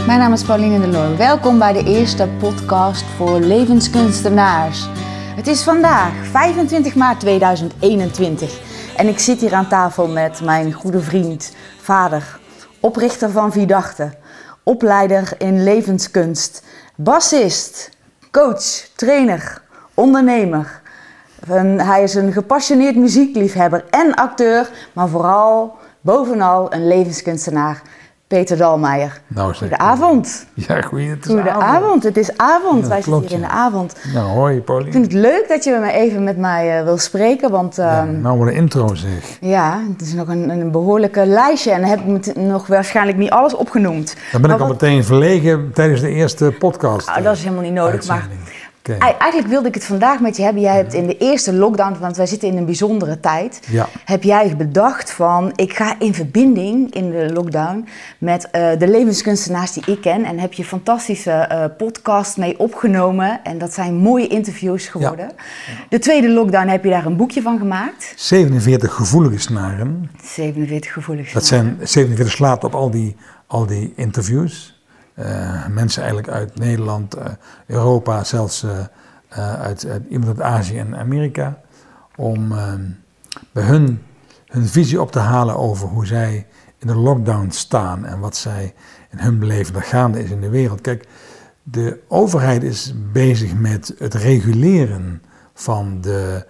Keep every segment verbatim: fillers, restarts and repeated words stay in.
Mijn naam is Pauline de Looy. Welkom bij de eerste podcast voor levenskunstenaars. Het is vandaag vijfentwintig maart tweeduizend eenentwintig en ik zit hier aan tafel met mijn goede vriend, vader, oprichter van Vidachte, opleider in levenskunst, bassist, coach, trainer, ondernemer. En hij is een gepassioneerd muziekliefhebber en acteur, maar vooral, bovenal, een levenskunstenaar. Peter Dalmeijer. Nou, goedenavond. Ja, goeie, het is Goedenavond. avond. Het is avond. Ja, Wij klopt, zitten hier in ja. de avond. Nou, hoi Pauline. Ik vind het leuk dat je met mij even met mij uh, wil spreken, want uh, Ja, nou, wat een intro zeg. ja, het is nog een, een behoorlijke lijstje en dan heb ik nog waarschijnlijk niet alles opgenoemd. Dan ben ik Maar al wat- meteen verlegen tijdens de eerste podcast. Nou, dat is helemaal niet nodig, maar uitzending. Oké. ei- eigenlijk wilde ik het vandaag met je hebben. Jij hebt in de eerste lockdown, want wij zitten in een bijzondere tijd, Ja. heb jij bedacht van, ik ga in verbinding in de lockdown met uh, de levenskunstenaars die ik ken. En heb je fantastische uh, podcast mee opgenomen. En dat zijn mooie interviews geworden. Ja. De tweede lockdown heb je daar een boekje van gemaakt. zevenenveertig gevoelige snaren. zevenenveertig gevoelig. Dat zijn zevenenveertig slaat op al die, al die interviews. Uh, mensen eigenlijk uit Nederland, uh, Europa, zelfs uh, uh, uit, uit iemand uit Azië en Amerika. Om uh, bij hun hun visie op te halen over hoe zij in de lockdown staan en wat zij in hun beleving gaande is in de wereld. Kijk, de overheid is bezig met het reguleren van de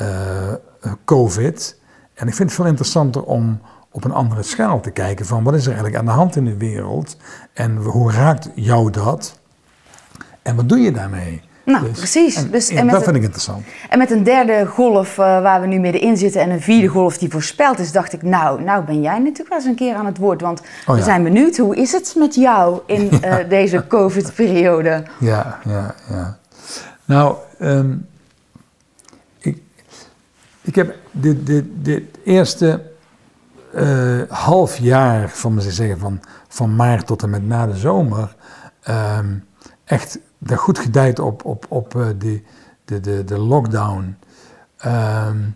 uh, COVID. En ik vind het veel interessanter om op een andere schaal te kijken van wat is er eigenlijk aan de hand in de wereld en hoe raakt jou dat en wat doe je daarmee? Nou, Dus- precies. En, Dus, ja, en met dat het- vind ik interessant. En met een derde golf uh, waar we nu middenin zitten en een vierde golf die voorspeld is, dacht ik, nou, nou ben jij natuurlijk wel eens een keer aan het woord. Want Oh, we ja. zijn benieuwd, hoe is het met jou in uh, deze COVID-periode? Ja, ja, ja. Nou, um, ik, ik heb dit, dit, dit eerste uh, half jaar, van me zeggen, van, van maart tot en met na de zomer, um, echt daar goed gedijd op, op, op uh, de, de, de, de lockdown. Um,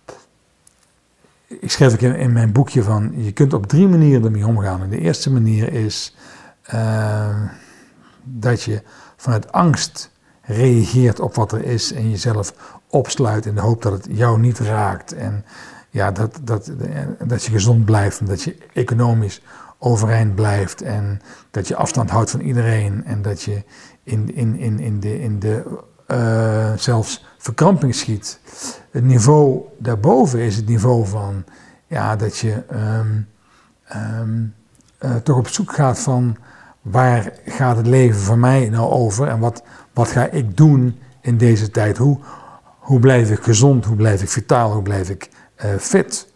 ik schreef ook in, in mijn boekje van, je kunt op drie manieren ermee omgaan. En de eerste manier is uh, dat je vanuit angst reageert op wat er is en jezelf opsluit in de hoop dat het jou niet raakt. En ja, dat, dat, dat je gezond blijft en dat je economisch overeind blijft en dat je afstand houdt van iedereen en dat je in, in, in, in de, in de uh, zelfs verkramping schiet. Het niveau daarboven is het niveau van ja, dat je um, um, uh, toch op zoek gaat van waar gaat het leven van mij nou over en wat, wat ga ik doen in deze tijd? Hoe, hoe blijf ik gezond, hoe blijf ik vitaal, hoe blijf ik uh, fit?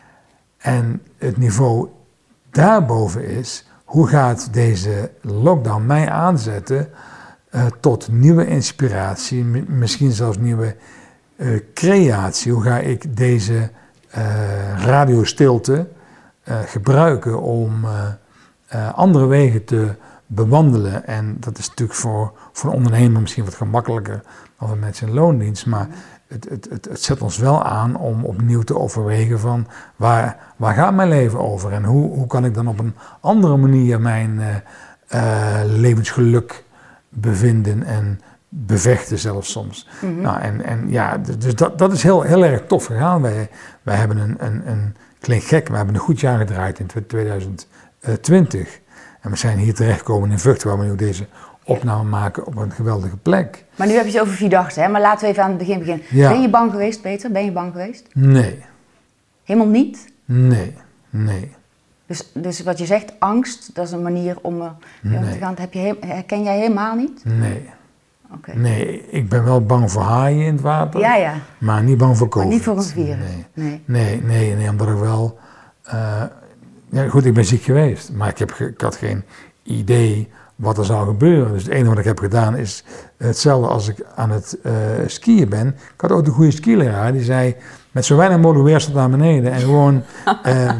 En het niveau daarboven is, hoe gaat deze lockdown mij aanzetten uh, tot nieuwe inspiratie, m- misschien zelfs nieuwe uh, creatie? Hoe ga ik deze uh, radiostilte uh, gebruiken om uh, uh, andere wegen te bewandelen? En dat is natuurlijk voor, voor een ondernemer misschien wat gemakkelijker dan voor mensen in loondienst, maar Het, het, het, het zet ons wel aan om opnieuw te overwegen van waar, waar gaat mijn leven over en hoe, hoe kan ik dan op een andere manier mijn uh, uh, levensgeluk bevinden en bevechten zelfs soms. Mm-hmm. Nou, en, en ja, dus dat, dat is heel, heel erg tof gegaan. Wij, wij hebben een, een, een, klinkt gek, we hebben een goed jaar gedraaid in tweeduizend twintig. En we zijn hier terechtgekomen in Vught, waar we nu deze opname maken op een geweldige plek. Maar nu heb je het over Vidachte, hè? Maar laten we even aan het begin beginnen. Ja. Ben je bang geweest, Peter? Ben je bang geweest? Nee, Helemaal niet? nee, nee. Dus, dus wat je zegt, angst, dat is een manier om er mee om te Nee. gaan. Dat heb je, he- herken jij helemaal niet? Nee. Oké. Nee, ik ben wel bang voor haaien in het water, Ja, ja. maar niet bang voor COVID. Maar niet voor een virus. Nee, Nee. nee, nee, nee omdat ik wel... Uh, ja, goed, ik ben ziek geweest, maar ik, heb ge, ik had geen idee wat er zou gebeuren. Dus het enige wat ik heb gedaan is hetzelfde als ik aan het uh, skiën ben. Ik had ook een goede skileraar, die zei met zo weinig mogelijk weerstand naar beneden en gewoon uh,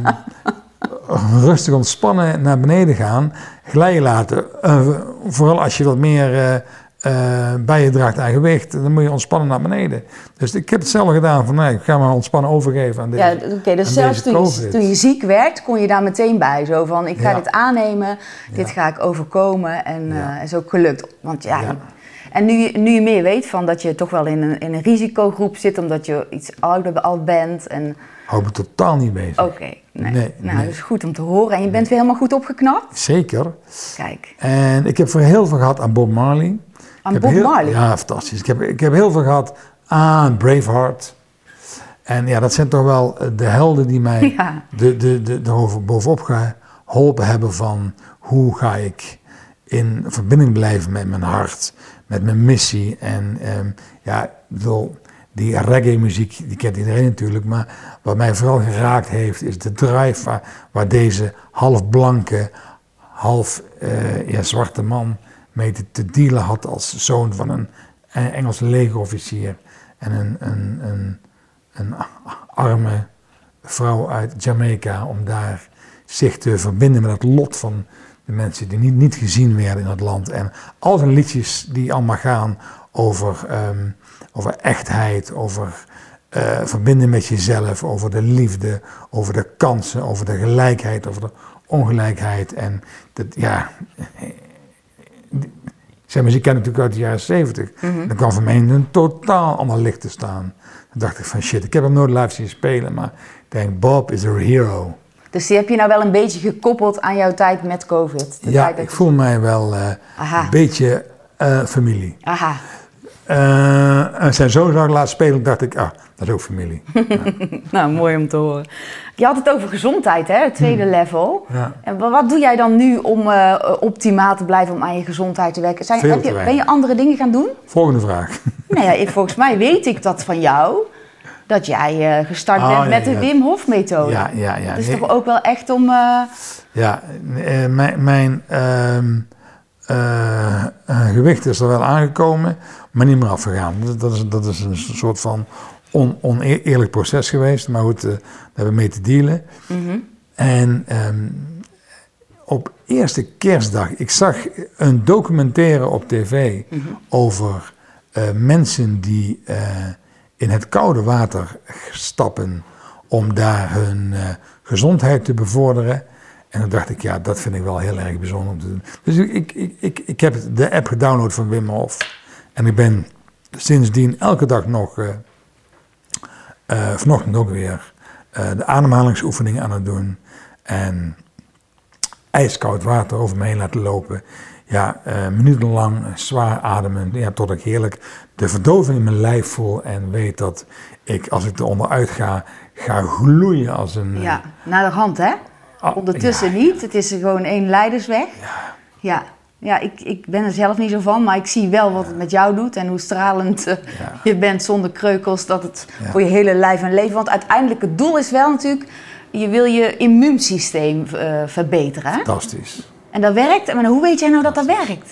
rustig ontspannen naar beneden gaan, glijden laten. Uh, vooral als je wat meer uh, uh, bij je draagt aan gewicht, dan moet je ontspannen naar beneden. Dus ik heb hetzelfde gedaan van, nee, ik ga me ontspannen overgeven aan deze Ja, oké, okay, dus zelfs toen je, toen je ziek werd, kon je daar meteen bij. Zo van, ik ga ja. dit aannemen, dit ja. ga ik overkomen en ja. uh, is ook gelukt. Want ja... ja. En nu, nu je meer weet van dat je toch wel in een, in een risicogroep zit, omdat je iets ouder al bent. En... Hou me totaal niet bezig. Oké, okay, nee. nee. Nou, nee. dat is goed om te horen. En je bent weer helemaal goed opgeknapt? Zeker. Kijk. En ik heb voor heel veel gehad aan Bob Marley. Aan ik Bob heel, Marley? Ja, fantastisch. Ik heb, ik heb heel veel gehad aan Braveheart. En ja, dat zijn toch wel de helden die mij ja. de, de, de, de bovenop geholpen hebben van hoe ga ik in verbinding blijven met mijn hart, met mijn missie. En um, ja, ik bedoel, die reggae muziek, die kent iedereen natuurlijk, maar wat mij vooral geraakt heeft, is de drive waar, waar deze half blanke, half uh, ja, zwarte man mee te, te dealen had als zoon van een Engelse legerofficier en een, een, een, een arme vrouw uit Jamaica, om daar zich te verbinden met het lot van de mensen die niet, niet gezien werden in het land. En al zijn liedjes die allemaal gaan over, um, over echtheid, over uh, verbinden met jezelf, over de liefde, over de kansen, over de gelijkheid, over de ongelijkheid. En dat, ja, zijn muziek ken ik natuurlijk uit de jaren zeventig. Mm-hmm. Dan kwam voor mij in een totaal ander licht te staan. Dan dacht ik van shit, ik heb hem nooit live zien spelen, maar ik denk Bob is a hero. Dus die heb je nou wel een beetje gekoppeld aan jouw tijd met COVID? Ja, tijd ik voel mij wel uh, een beetje uh, familie. Aha. Uh, en zijn zoon zou ik laten spelen, dacht ik, ah, dat is ook familie. Ja. Nou, mooi om te horen. Je had het over gezondheid, hè, het tweede hmm. level. Ja. En wat doe jij dan nu om uh, optimaal te blijven, om aan je gezondheid te werken? Zijn, heb je, ben je andere dingen gaan doen? Volgende vraag. Nou ja, volgens mij weet ik dat van jou, dat jij uh, gestart oh, bent ja, met de ja. Wim Hof methode. Ja, ja, ja. Dat is nee. toch ook wel echt om... Uh... Ja, uh, mijn, mijn uh, uh, uh, gewicht is er wel aangekomen, maar niet meer afgegaan. Dat, dat, is, dat is een soort van on, oneerlijk proces geweest, maar goed, uh, daar hebben we mee te dealen. Mm-hmm. En um, op eerste kerstdag, ik zag een documentaire op tv mm-hmm. over uh, mensen die uh, in het koude water stappen om daar hun uh, gezondheid te bevorderen. En dan dacht ik, ja, dat vind ik wel heel erg bijzonder om te doen. Dus ik, ik, ik, ik heb de app gedownload van Wim Hof. En ik ben sindsdien elke dag nog, uh, uh, vanochtend ook weer, uh, de ademhalingsoefeningen aan het doen. En ijskoud water over me heen laten lopen. Ja, uh, minutenlang zwaar ademen. Ja, tot ik heerlijk de verdoving in mijn lijf voel. En weet dat ik, als ik er onderuit ga, ga gloeien als een... Ja, naar de hand, hè? Oh, ondertussen ja. niet. Het is gewoon één leidersweg. Ja. Ja. Ja, ik, ik ben er zelf niet zo van, maar ik zie wel wat het met jou doet en hoe stralend uh, ja. je bent zonder kreukels, dat het ja. voor je hele lijf en leven. Want uiteindelijk het doel is wel natuurlijk, je wil je immuunsysteem uh, verbeteren. Hè? Fantastisch. En dat werkt, maar hoe weet jij nou dat dat werkt?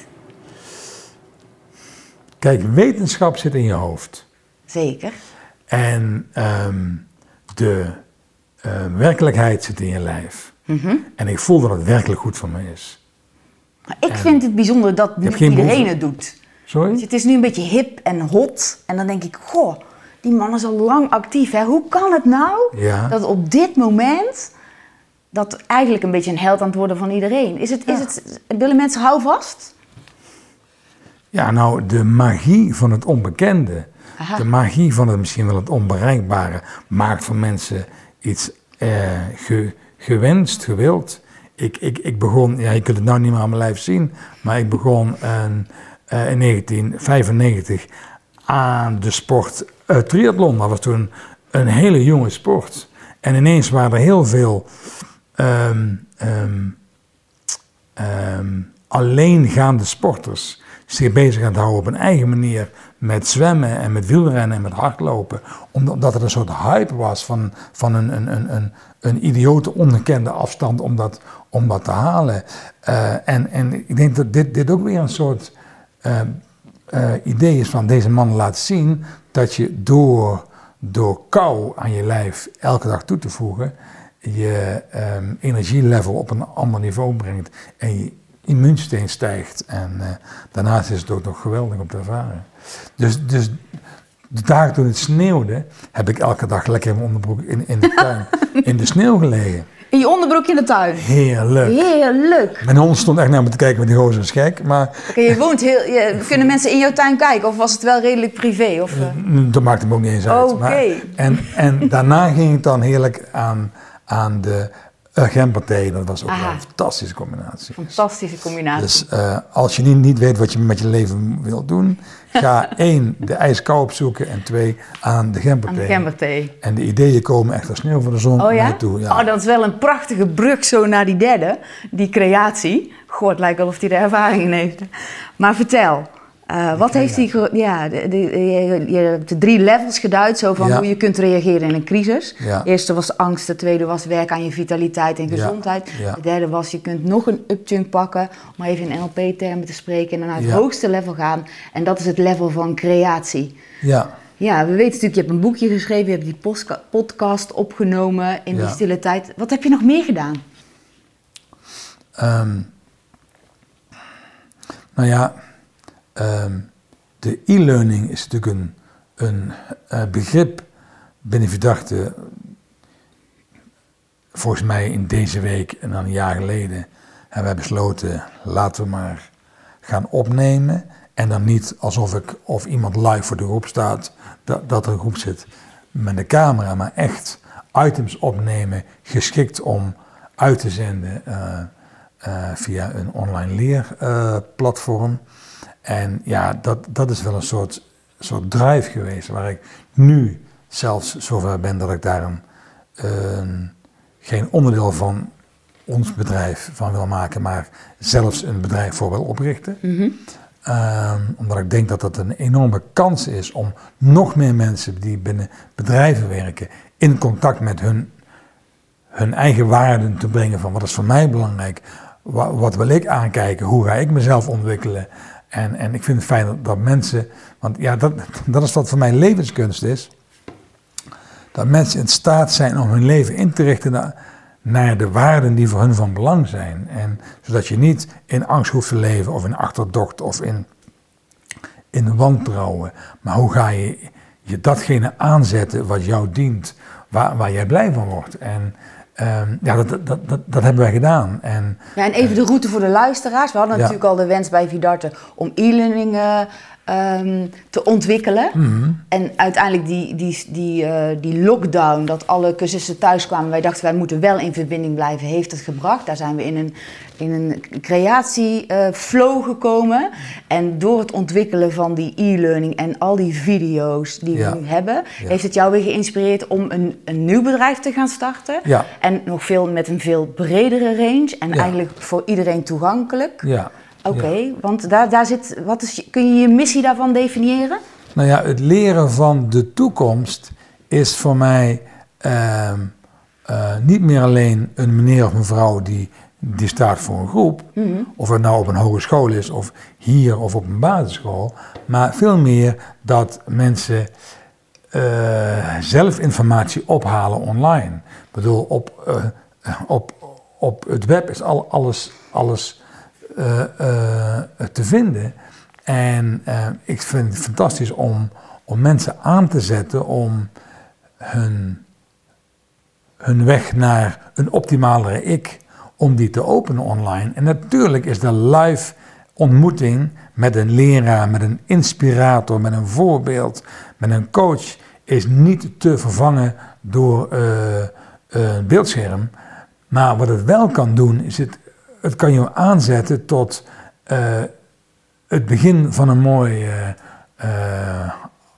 Kijk, wetenschap zit in je hoofd. Zeker. En um, de uh, werkelijkheid zit in je lijf. Mm-hmm. En ik voel dat het werkelijk goed voor me is. Maar ik en vind het bijzonder dat niet iedereen het doet. Sorry? Dus het is nu een beetje hip en hot. En dan denk ik, goh, die man is al lang actief. Hè? Hoe kan het nou ja. dat op dit moment... dat eigenlijk een beetje een held aan het worden van iedereen. Is het, ja. is het, willen mensen houvast? Ja, nou, de magie van het onbekende... Aha. de magie van het misschien wel het onbereikbare... maakt voor mensen iets eh, ge, gewenst, gewild... Ik, ik, ik begon, ja, je kunt het nou niet meer aan mijn lijf zien, maar ik begon een, uh, in negentien vijfennegentig aan de sport uh, triathlon. Dat was toen een hele jonge sport. En ineens waren er heel veel um, um, um, alleengaande sporters zich bezig aan het houden op een eigen manier met zwemmen en met wielrennen en met hardlopen. Omdat het een soort hype was van, van een, een, een, een, een idiote ongekende afstand om dat, om dat te halen. Uh, en, en ik denk dat dit, dit ook weer een soort uh, uh, idee is van deze man laat zien dat je door, door kou aan je lijf elke dag toe te voegen, je um, energielevel op een ander niveau brengt. En je immuunsysteem stijgt. En uh, daarnaast is het ook nog geweldig om te ervaren. Dus, dus de dagen toen het sneeuwde, heb ik elke dag lekker in mijn onderbroek in, in de tuin in de sneeuw gelegen. In je onderbroek in de tuin? Heerlijk. Heerlijk. Mijn hond stond echt naar me te kijken met die gozer is gek, maar... Okay, je woont heel... Je, kunnen mensen in jouw tuin kijken of was het wel redelijk privé? Of, uh... Dat maakt hem ook niet eens uit. Oké. Okay. En, en daarna ging ik dan heerlijk aan, aan de gemberthee. Dat was ook wel een fantastische combinatie. Fantastische combinatie. Dus uh, als je niet, niet weet wat je met je leven wilt doen, ga één, de ijskou opzoeken en twee, aan de gemberthee. Aan de gemberthee. En de ideeën komen echt als sneeuw voor de zon oh, ja? naar je toe. Ja. Oh, dat is wel een prachtige brug zo naar die derde, die creatie. Goh, het lijkt wel of hij er ervaring in heeft. Maar vertel, uh, wat heeft hij... Ja, de, de, je, je hebt de drie levels geduid, zo van ja. hoe je kunt reageren in een crisis. Ja. De eerste was angst, de tweede was werk aan je vitaliteit en gezondheid. Ja. Ja. De derde was, je kunt nog een upchunk pakken, om even in N L P-termen te spreken, en dan naar het ja. hoogste level gaan. En dat is het level van creatie. Ja. Ja, we weten natuurlijk, je hebt een boekje geschreven, je hebt die postka- podcast opgenomen in ja. die stille tijd. Wat heb je nog meer gedaan? Um, nou ja, um, de e-learning is natuurlijk een, een uh, begrip binnen Verdachte. Volgens mij in deze week en dan een jaar geleden hebben wij besloten, laten we maar gaan opnemen. En dan niet alsof ik of iemand live voor de groep staat, dat, dat er een groep zit met een camera, maar echt items opnemen, geschikt om uit te zenden uh, uh, via een online leerplatform. Uh, en ja, dat, dat is wel een soort, soort drive geweest, waar ik nu zelfs zover ben dat ik daar een, uh, geen onderdeel van ons bedrijf van wil maken, maar zelfs een bedrijf voor wil oprichten. Mm-hmm. Um, omdat ik denk dat dat een enorme kans is om nog meer mensen die binnen bedrijven werken in contact met hun, hun eigen waarden te brengen van wat is voor mij belangrijk, wat, wat wil ik aankijken, hoe ga ik mezelf ontwikkelen. En, en ik vind het fijn dat, dat mensen, want ja, dat, dat is wat voor mij levenskunst is, dat mensen in staat zijn om hun leven in te richten naar, naar de waarden die voor hun van belang zijn. En zodat je niet in angst hoeft te leven of in achterdocht of in, in wantrouwen. Maar hoe ga je, je datgene aanzetten wat jou dient, waar, waar jij blij van wordt. En um, ja, dat, dat, dat, dat hebben wij gedaan. En, ja, en even de route voor de luisteraars. We hadden ja. natuurlijk al de wens bij Vidarte om e-learning uh, um, te ontwikkelen. Mm-hmm. En uiteindelijk die, die, die, uh, die lockdown, dat alle cursisten thuis kwamen. Wij dachten, wij moeten wel in verbinding blijven, heeft het gebracht. Daar zijn we in een, in een creatieflow uh, gekomen. En door het ontwikkelen van die e-learning en al die video's die ja. we nu hebben, ja. heeft het jou weer geïnspireerd om een, een nieuw bedrijf te gaan starten. Ja. En nog veel met een veel bredere range en ja. eigenlijk voor iedereen toegankelijk. Ja. Oké, okay, ja. want daar, daar zit, wat is, kun je je missie daarvan definiëren? Nou ja, het leren van de toekomst is voor mij uh, uh, niet meer alleen een meneer of mevrouw die, die staat voor een groep. Mm-hmm. Of het nou op een hogeschool is of hier of op een basisschool. Maar veel meer dat mensen uh, zelf informatie ophalen online. Ik bedoel, op, uh, op, op het web is al, alles... alles Uh, uh, te vinden. En uh, ik vind het fantastisch om, om mensen aan te zetten om hun, hun weg naar een optimalere ik, om die te openen online. En natuurlijk is de live ontmoeting met een leraar, met een inspirator, met een voorbeeld, met een coach, is niet te vervangen door uh, een beeldscherm. Maar wat het wel kan doen, is het Het kan je aanzetten tot uh, het begin van een mooi uh, uh,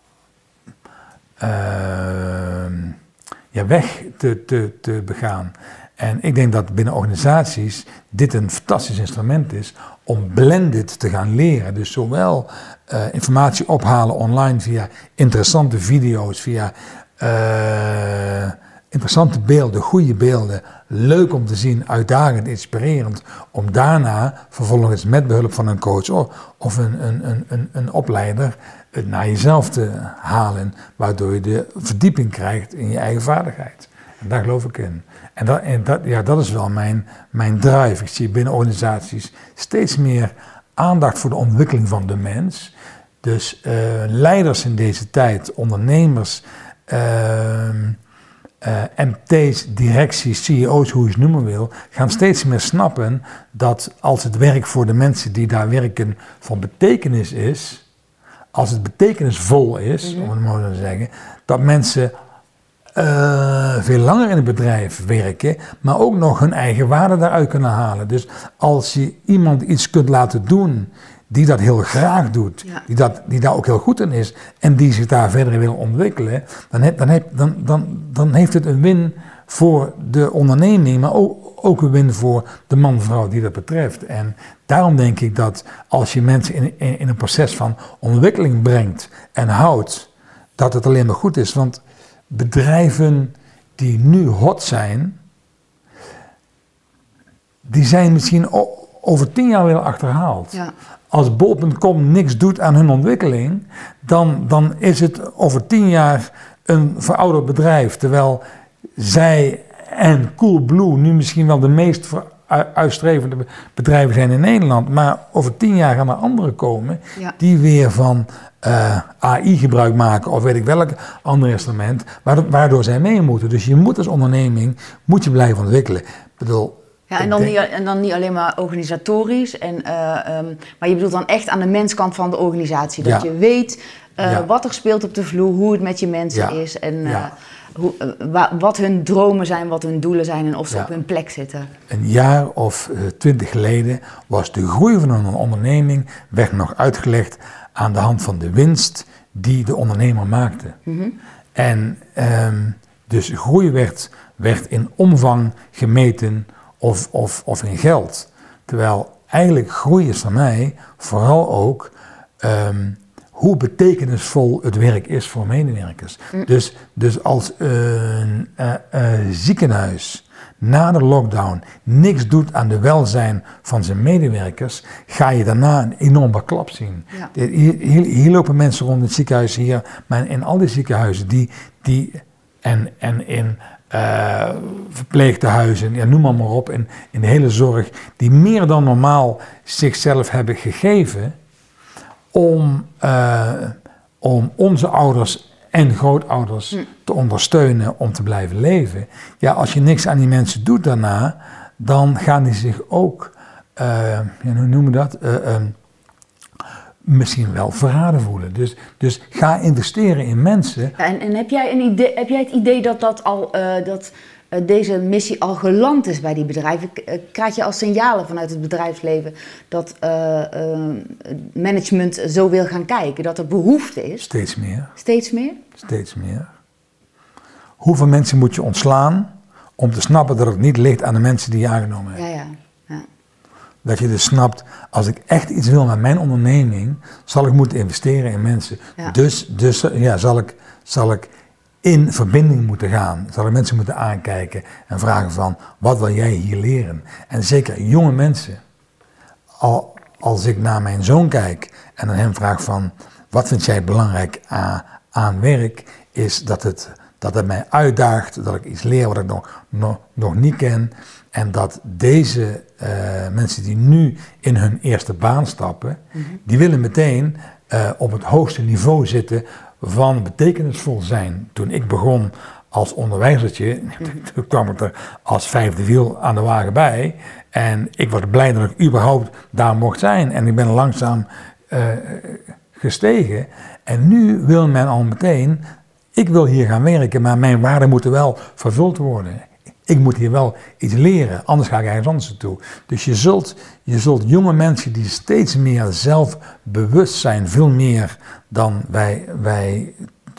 uh, ja, weg te, te, te begaan. En ik denk dat binnen organisaties dit een fantastisch instrument is om blended te gaan leren. Dus zowel uh, informatie ophalen online via interessante video's, via uh, interessante beelden, goede beelden, leuk om te zien, uitdagend, inspirerend, om daarna vervolgens met behulp van een coach of een, een, een, een, een opleider het naar jezelf te halen, waardoor je de verdieping krijgt in je eigen vaardigheid. En daar geloof ik in. En dat, en dat, ja, dat is wel mijn, mijn drive. Ik zie binnen organisaties steeds meer aandacht voor de ontwikkeling van de mens. Dus uh, leiders in deze tijd, ondernemers, uh, uh, M T's, directies, C E O's, hoe je het noemen wil, gaan steeds meer snappen dat als het werk voor de mensen die daar werken van betekenis is, als het betekenisvol is, mm-hmm. om het maar zo te zeggen, dat mensen uh, veel langer in het bedrijf werken, maar ook nog hun eigen waarde daaruit kunnen halen. Dus als je iemand iets kunt laten doen die dat heel graag doet, ja. die, dat, die daar ook heel goed in is en die zich daar verder in wil ontwikkelen, dan, he, dan, he, dan, dan, dan heeft het een win voor de onderneming, maar ook, ook een win voor de man-vrouw die dat betreft. En daarom denk ik dat als je mensen in, in, in een proces van ontwikkeling brengt en houdt, dat het alleen maar goed is. Want bedrijven die nu hot zijn, die zijn misschien o- over tien jaar weer achterhaald. Ja. Als bol punt com niks doet aan hun ontwikkeling, dan, dan is het over tien jaar een verouderd bedrijf. Terwijl zij en Coolblue nu misschien wel de meest uitstrevende bedrijven zijn in Nederland. Maar over tien jaar gaan er anderen komen ja. die weer van uh, A I gebruik maken of weet ik welk ander instrument, waardoor zij mee moeten. Dus je moet als onderneming moet je blijven ontwikkelen. Ik bedoel, Ja, en dan, niet, en dan niet alleen maar organisatorisch, en, uh, um, maar je bedoelt dan echt aan de menskant van de organisatie. Dat ja. je weet uh, ja. wat er speelt op de vloer, hoe het met je mensen ja. is en uh, ja. hoe, uh, wa, wat hun dromen zijn, wat hun doelen zijn en of ze ja. op hun plek zitten. Een jaar of uh, twintig geleden was de groei van een onderneming werd nog uitgelegd aan de hand van de winst die de ondernemer maakte. Mm-hmm. En um, dus groei werd, werd in omvang gemeten Of, of, of in geld. Terwijl eigenlijk groei is voor mij vooral ook um, hoe betekenisvol het werk is voor medewerkers. Mm. Dus, dus als een uh, uh, ziekenhuis na de lockdown niks doet aan de welzijn van zijn medewerkers, ga je daarna een enorme klap zien. Ja. Hier, hier, hier lopen mensen rond het ziekenhuis hier, maar in al die ziekenhuizen die, die en, en in Uh, verpleegtehuizen, ja, noem maar, maar op, in, in de hele zorg, die meer dan normaal zichzelf hebben gegeven om, uh, om onze ouders en grootouders hm. te ondersteunen om te blijven leven. Ja, als je niks aan die mensen doet daarna, dan gaan die zich ook, uh, ja, hoe noemen we dat, uh, um, misschien wel verraden voelen. Dus, dus ga investeren in mensen. Ja, en en heb, jij een idee, heb jij het idee dat, dat, al, uh, dat uh, deze missie al geland is bij die bedrijven? Krijg je al signalen vanuit het bedrijfsleven dat uh, uh, management zo wil gaan kijken? Dat er behoefte is? Steeds meer. Steeds meer? Steeds meer. Hoeveel mensen moet je ontslaan om te snappen dat het niet ligt aan de mensen die je aangenomen hebt? Ja, ja. ja. Dat je dus snapt, als ik echt iets wil met mijn onderneming, zal ik moeten investeren in mensen. Ja. Dus, dus ja, zal, ik, zal ik in verbinding moeten gaan. Zal ik mensen moeten aankijken en vragen van, wat wil jij hier leren? En zeker jonge mensen. Al, als ik naar mijn zoon kijk en aan hem vraag van, wat vind jij belangrijk aan, aan werk, is dat het, dat het mij uitdaagt, dat ik iets leer wat ik nog, nog, nog niet ken. En dat deze uh, mensen die nu in hun eerste baan stappen, mm-hmm. die willen meteen uh, op het hoogste niveau zitten van betekenisvol zijn. Toen ik begon als onderwijzertje, mm-hmm. toen kwam ik er als vijfde wiel aan de wagen bij. En ik was blij dat ik überhaupt daar mocht zijn. En ik ben langzaam uh, gestegen. En nu wil men al meteen, ik wil hier gaan werken, maar mijn waarden moeten wel vervuld worden. Ik moet hier wel iets leren, anders ga ik ergens anders naartoe. Dus je zult, je zult jonge mensen die steeds meer zelfbewust zijn, veel meer dan wij, wij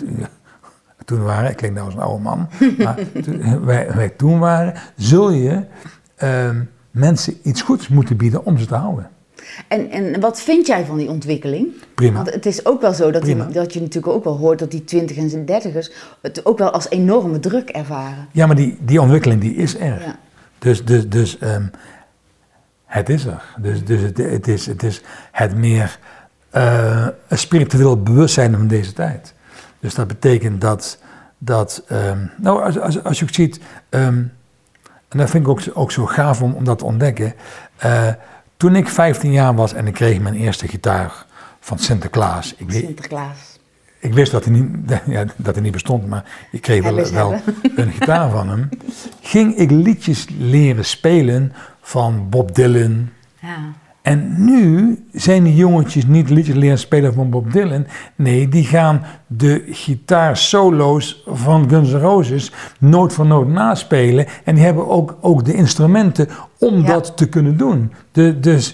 toen waren, ik klink nou als een oude man, maar toen, wij, wij toen waren, zul je uh, mensen iets goeds moeten bieden om ze te houden. En, en wat vind jij van die ontwikkeling? Prima. Want het is ook wel zo dat, die, dat je natuurlijk ook wel hoort dat die twintig en dertigers het ook wel als enorme druk ervaren. Ja, maar die, die ontwikkeling die is er. Ja. Dus, dus, dus um, het is er. Dus, dus het, het, is, het is het meer uh, een spiritueel bewustzijn van deze tijd. Dus dat betekent dat dat um, nou, als, als, als je ook ziet, um, en dat vind ik ook, ook zo gaaf om, om dat te ontdekken. Uh, toen ik vijftien jaar was en ik kreeg mijn eerste gitaar van Sinterklaas. Ik weet, Sinterklaas. Ik wist dat hij niet, ja, dat hij niet bestond, maar ik kreeg wel, wel een gitaar van hem. Ging ik liedjes leren spelen van Bob Dylan. Ja. En nu zijn die jongetjes niet liedjes leren spelen van Bob Dylan. Nee, die gaan de gitaarsolo's van Guns N' Roses noot voor noot naspelen. En die hebben ook, ook de instrumenten om ja. dat te kunnen doen. De, dus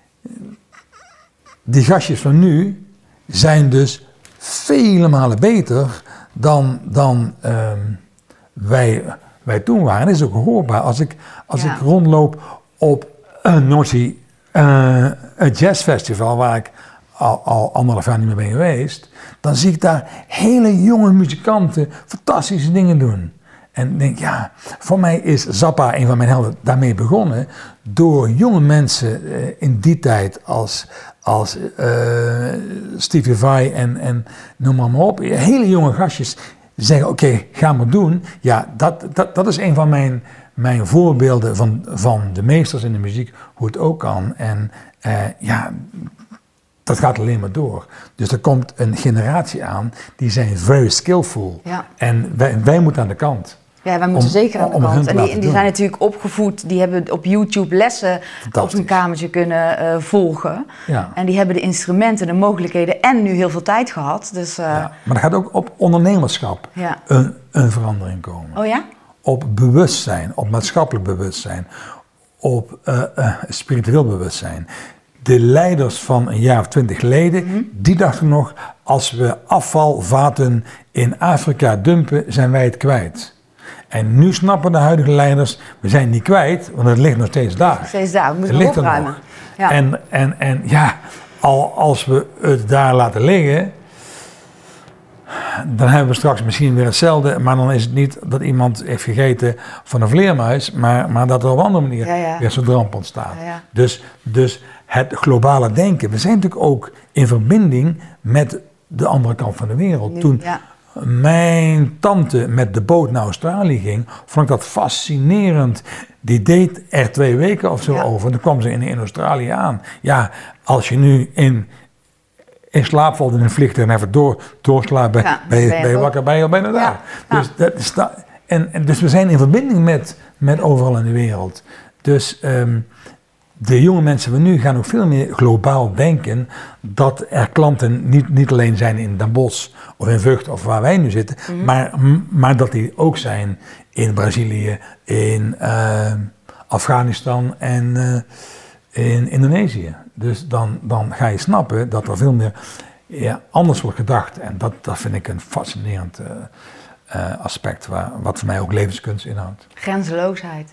die gastjes van nu zijn dus vele malen beter dan, dan um, wij, wij toen waren. Dat is ook hoorbaar. Als ik, als ja. ik rondloop op een Noordzee uh, een jazzfestival waar ik al, al anderhalf jaar niet meer ben geweest, dan zie ik daar hele jonge muzikanten fantastische dingen doen. En denk, ja, voor mij is Zappa, een van mijn helden, daarmee begonnen door jonge mensen uh, in die tijd als, als uh, Stevie Vai en, en noem maar, maar op, hele jonge gastjes zeggen, oké, okay, ga maar doen. Ja, dat, dat, dat is een van mijn, mijn voorbeelden van, van de meesters in de muziek, hoe het ook kan. En uh, ja, dat gaat alleen maar door. Dus er komt een generatie aan, die zijn very skillful. Ja. En wij, wij moeten aan de kant. Ja, wij moeten om, zeker aan de kant. En die, die zijn natuurlijk opgevoed, die hebben op YouTube lessen op hun kamertje kunnen uh, volgen. Ja. En die hebben de instrumenten, de mogelijkheden en nu heel veel tijd gehad. Dus, uh, ja, maar er gaat ook op ondernemerschap ja. een, een verandering komen. Oh ja? Op bewustzijn, op maatschappelijk bewustzijn, op uh, uh, spiritueel bewustzijn. De leiders van een jaar of twintig geleden, mm-hmm. die dachten nog, als we afvalvaten in Afrika dumpen, zijn wij het kwijt. En nu snappen de huidige leiders, we zijn niet kwijt, want het ligt nog steeds daar. Steeds daar, we moeten het opruimen. Ja. En, en, en ja, al, als we het daar laten liggen, dan hebben we straks misschien weer hetzelfde, maar dan is het niet dat iemand heeft gegeten van een vleermuis, maar, maar dat er op een andere manier ja, ja. weer zo'n ramp ontstaat. Ja, ja. Dus, dus het globale denken, we zijn natuurlijk ook in verbinding met de andere kant van de wereld. Nu, Toen ja. mijn tante met de boot naar Australië ging, vond ik dat fascinerend. Die deed er twee weken of zo ja. over en dan kwam ze in, in Australië aan. Ja, als je nu in... in slaap valt in een vliegtuig en even door, doorslaapt, bij, ja, ben, je, ben je wakker, ben je al bijna daar. Ja, dus, ja. dat is da- en, en dus we zijn in verbinding met, met overal in de wereld. Dus um, de jonge mensen van nu gaan ook veel meer globaal denken dat er klanten niet, niet alleen zijn in Den Bosch of in Vught of waar wij nu zitten, mm-hmm. maar, m- maar dat die ook zijn in Brazilië, in uh, Afghanistan en uh, in Indonesië. Dus dan, dan ga je snappen dat er veel meer ja, anders wordt gedacht. En dat, dat vind ik een fascinerend uh, uh, aspect, waar, wat voor mij ook levenskunst inhoudt. Grenzeloosheid.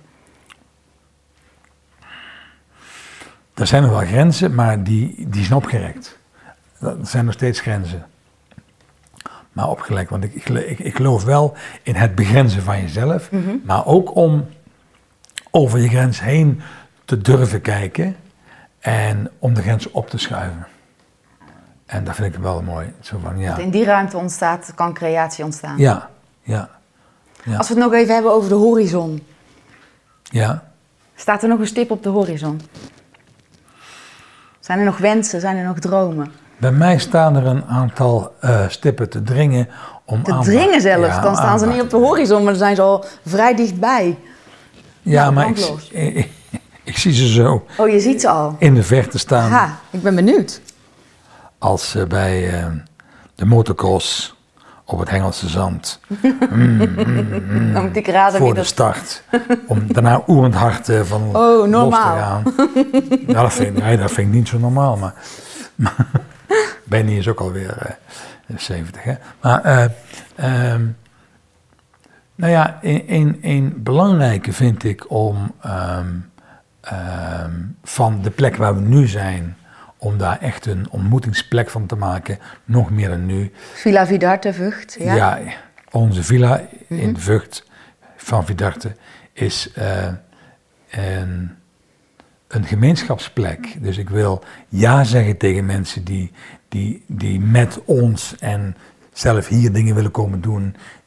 Er zijn nog wel grenzen, maar die, die zijn opgerekt. Er zijn nog steeds grenzen. Maar opgerekt, want ik, ik, ik, ik geloof wel in het begrenzen van jezelf. Mm-hmm. Maar ook om over je grens heen te durven kijken. En om de grens op te schuiven. En dat vind ik wel mooi. Zo van, ja. Dat in die ruimte ontstaat, kan creatie ontstaan. Ja, ja, ja. Als we het nog even hebben over de horizon. Ja. Staat er nog een stip op de horizon? Zijn er nog wensen, zijn er nog dromen? Bij mij staan er een aantal uh, stippen te dringen. Om te aandacht, dringen zelfs? Ja, dan staan ze niet op de horizon, maar dan zijn ze al vrij dichtbij. Ja, nou, maar ik, ik, ik zie ze zo. Oh, je ziet ze al? In de verte staan. Ha, ik ben benieuwd. Als uh, bij uh, de motocross op het Hengelse zand. mm, mm, mm, Dan moet ik raden voor wie de dat... start. Om daarna oerend hard uh, van oh, los te gaan. Ja, dat vind, nee, dat vind ik niet zo normaal. Maar, maar Benny is ook alweer uh, zeventig. Hè? Maar uh, um, nou ja, een, een belangrijke vind ik om um, um, van de plek waar we nu zijn, om daar echt een ontmoetingsplek van te maken, nog meer dan nu. Villa Vidarte, Vught, ja? Ja, onze villa mm-hmm. in Vught van Vidarte is uh, een, een gemeenschapsplek. Dus ik wil ja zeggen tegen mensen die, die, die met ons en zelf hier dingen willen komen doen,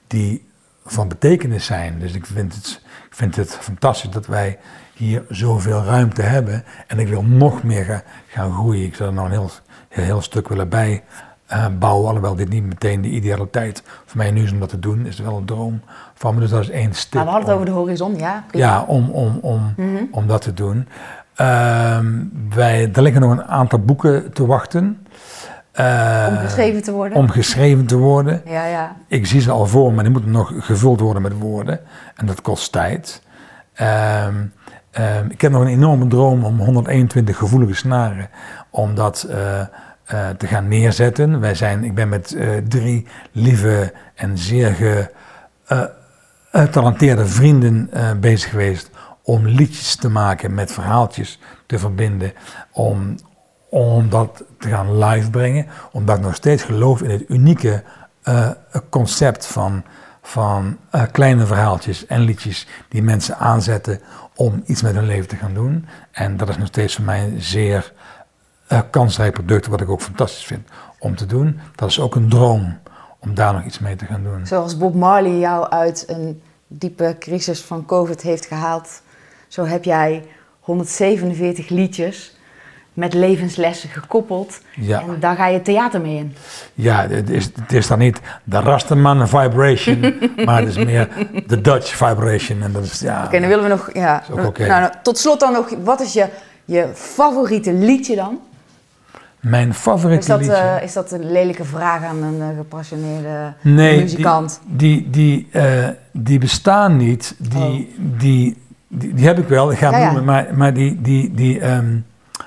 die van betekenis zijn. Dus ik vind het, ik vind het fantastisch dat wij hier zoveel ruimte hebben. En ik wil nog meer ga, gaan groeien. Ik zou er nog een heel, heel, heel stuk willen bij uh, bouwen. Alhoewel dit niet meteen de idealiteit voor mij nu is om dat te doen. Is het wel een droom van me. Dus dat is één stip. Maar we hadden het om, over de horizon, ja. Prima. Ja, om, om, om, mm-hmm. om dat te doen. Uh, wij, er liggen nog een aantal boeken te wachten. Uh, om geschreven te worden? Om geschreven te worden. Ja, ja. Ik zie ze al voor, maar die moeten nog gevuld worden met woorden. En dat kost tijd. Uh, uh, ik heb nog een enorme droom om honderdeenentwintig gevoelige snaren, om dat uh, uh, te gaan neerzetten. Wij zijn, ik ben met uh, drie lieve en zeer getalenteerde uh, vrienden uh, bezig geweest om liedjes te maken, met verhaaltjes te verbinden, om, om dat te gaan live brengen, omdat ik nog steeds geloof in het unieke uh, concept van, van uh, kleine verhaaltjes en liedjes die mensen aanzetten om iets met hun leven te gaan doen. En dat is nog steeds voor mij een zeer uh, kansrijk product, wat ik ook fantastisch vind om te doen. Dat is ook een droom om daar nog iets mee te gaan doen. Zoals Bob Marley jou uit een diepe crisis van COVID heeft gehaald, zo heb jij honderdzevenenveertig liedjes met levenslessen gekoppeld. Ja. En daar ga je theater mee in. Ja, het is, het is dan niet de Rastaman vibration, maar het is meer de Dutch vibration. En dat is, ja, Oké, okay, dan willen we nog... Ja, okay. nou, nou, tot slot dan nog, wat is je, je favoriete liedje dan? Mijn favoriete is dat, liedje? Uh, is dat een lelijke vraag aan een uh, gepassioneerde nee, muzikant? Die, die, die, uh, die bestaan niet. Die, oh. die, die, die heb ik wel, ik ga het ja, noemen, ja. maar, maar die... die, die um,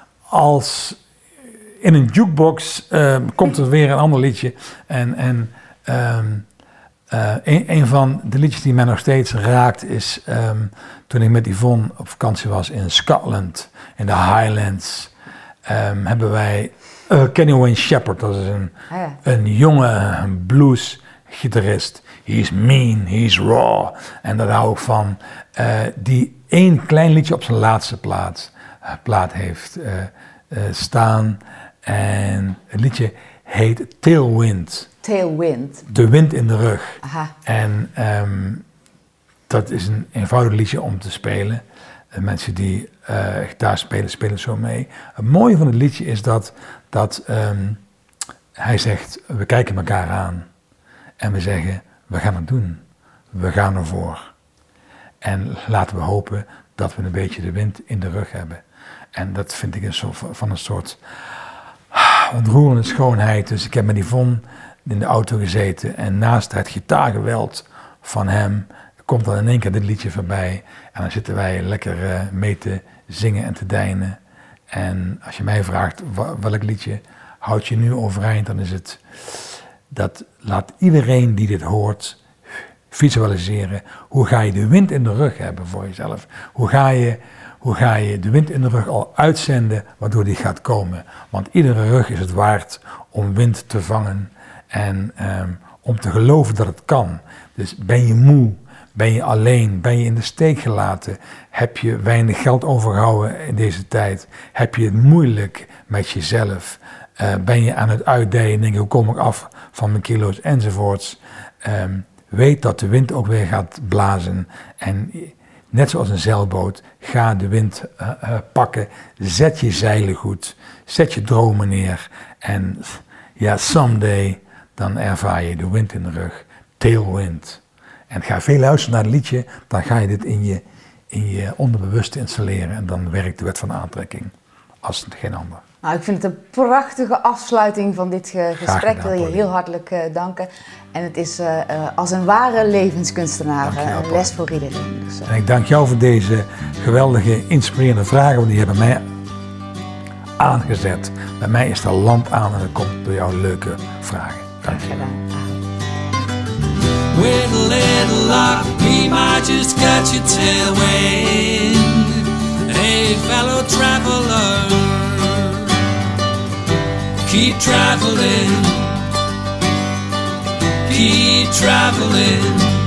als in een jukebox uh, komt er weer een ander liedje. En, en um, uh, een, een van de liedjes die mij nog steeds raakt is um, toen ik met Yvonne op vakantie was in Scotland, in de Highlands, um, hebben wij uh, Kenny Wayne Shepherd, dat is een, ah ja. een jonge bluesgitarist. He is mean, he is raw. En daar hou ik van. Uh, die één klein liedje op zijn laatste plaat. plaat heeft uh, uh, staan. En het liedje heet Tailwind. Tailwind. De wind in de rug. Aha. En um, dat is een eenvoudig liedje om te spelen. De mensen die uh, gitaar spelen, spelen zo mee. Het mooie van het liedje is dat, dat um, hij zegt, we kijken elkaar aan. En we zeggen, we gaan het doen. We gaan ervoor. En laten we hopen dat we een beetje de wind in de rug hebben. En dat vind ik een soort, van een soort ontroerende schoonheid. Dus ik heb met Yvonne in de auto gezeten en naast het gitaargeweld van hem komt dan in één keer dit liedje voorbij. En dan zitten wij lekker uh, mee te zingen en te deinen. En als je mij vraagt welk liedje houd je nu overeind, dan is het dat laat iedereen die dit hoort visualiseren. Hoe ga je de wind in de rug hebben voor jezelf? Hoe ga je, hoe ga je de wind in de rug al uitzenden waardoor die gaat komen? Want iedere rug is het waard om wind te vangen en um, om te geloven dat het kan. Dus ben je moe? Ben je alleen? Ben je in de steek gelaten? Heb je weinig geld overgehouden in deze tijd? Heb je het moeilijk met jezelf? Uh, ben je aan het uitdijen en denk je, hoe kom ik af van mijn kilo's enzovoorts? Um, weet dat de wind ook weer gaat blazen. En net zoals een zeilboot, ga de wind uh, uh, pakken. Zet je zeilen goed. Zet je dromen neer. En ja, someday, dan ervaar je de wind in de rug. Tailwind. En ga veel luisteren naar het liedje, dan ga je dit in je, in je onderbewuste installeren. En dan werkt de wet van aantrekking. Als het geen ander. Nou, ik vind het een prachtige afsluiting van dit ge- gesprek. Ik wil je heel hartelijk uh, danken. En het is uh, uh, als een ware levenskunstenaar, uh, een les voor iedereen. Dus, uh. En ik dank jou voor deze geweldige, inspirerende vragen, want die hebben mij aangezet. Bij mij is er lamp aan en dat komt door jouw leuke vragen. Dank je wel. With a little luck, we might just catch your tailwind. Hey, fellow traveler, keep traveling, keep traveling.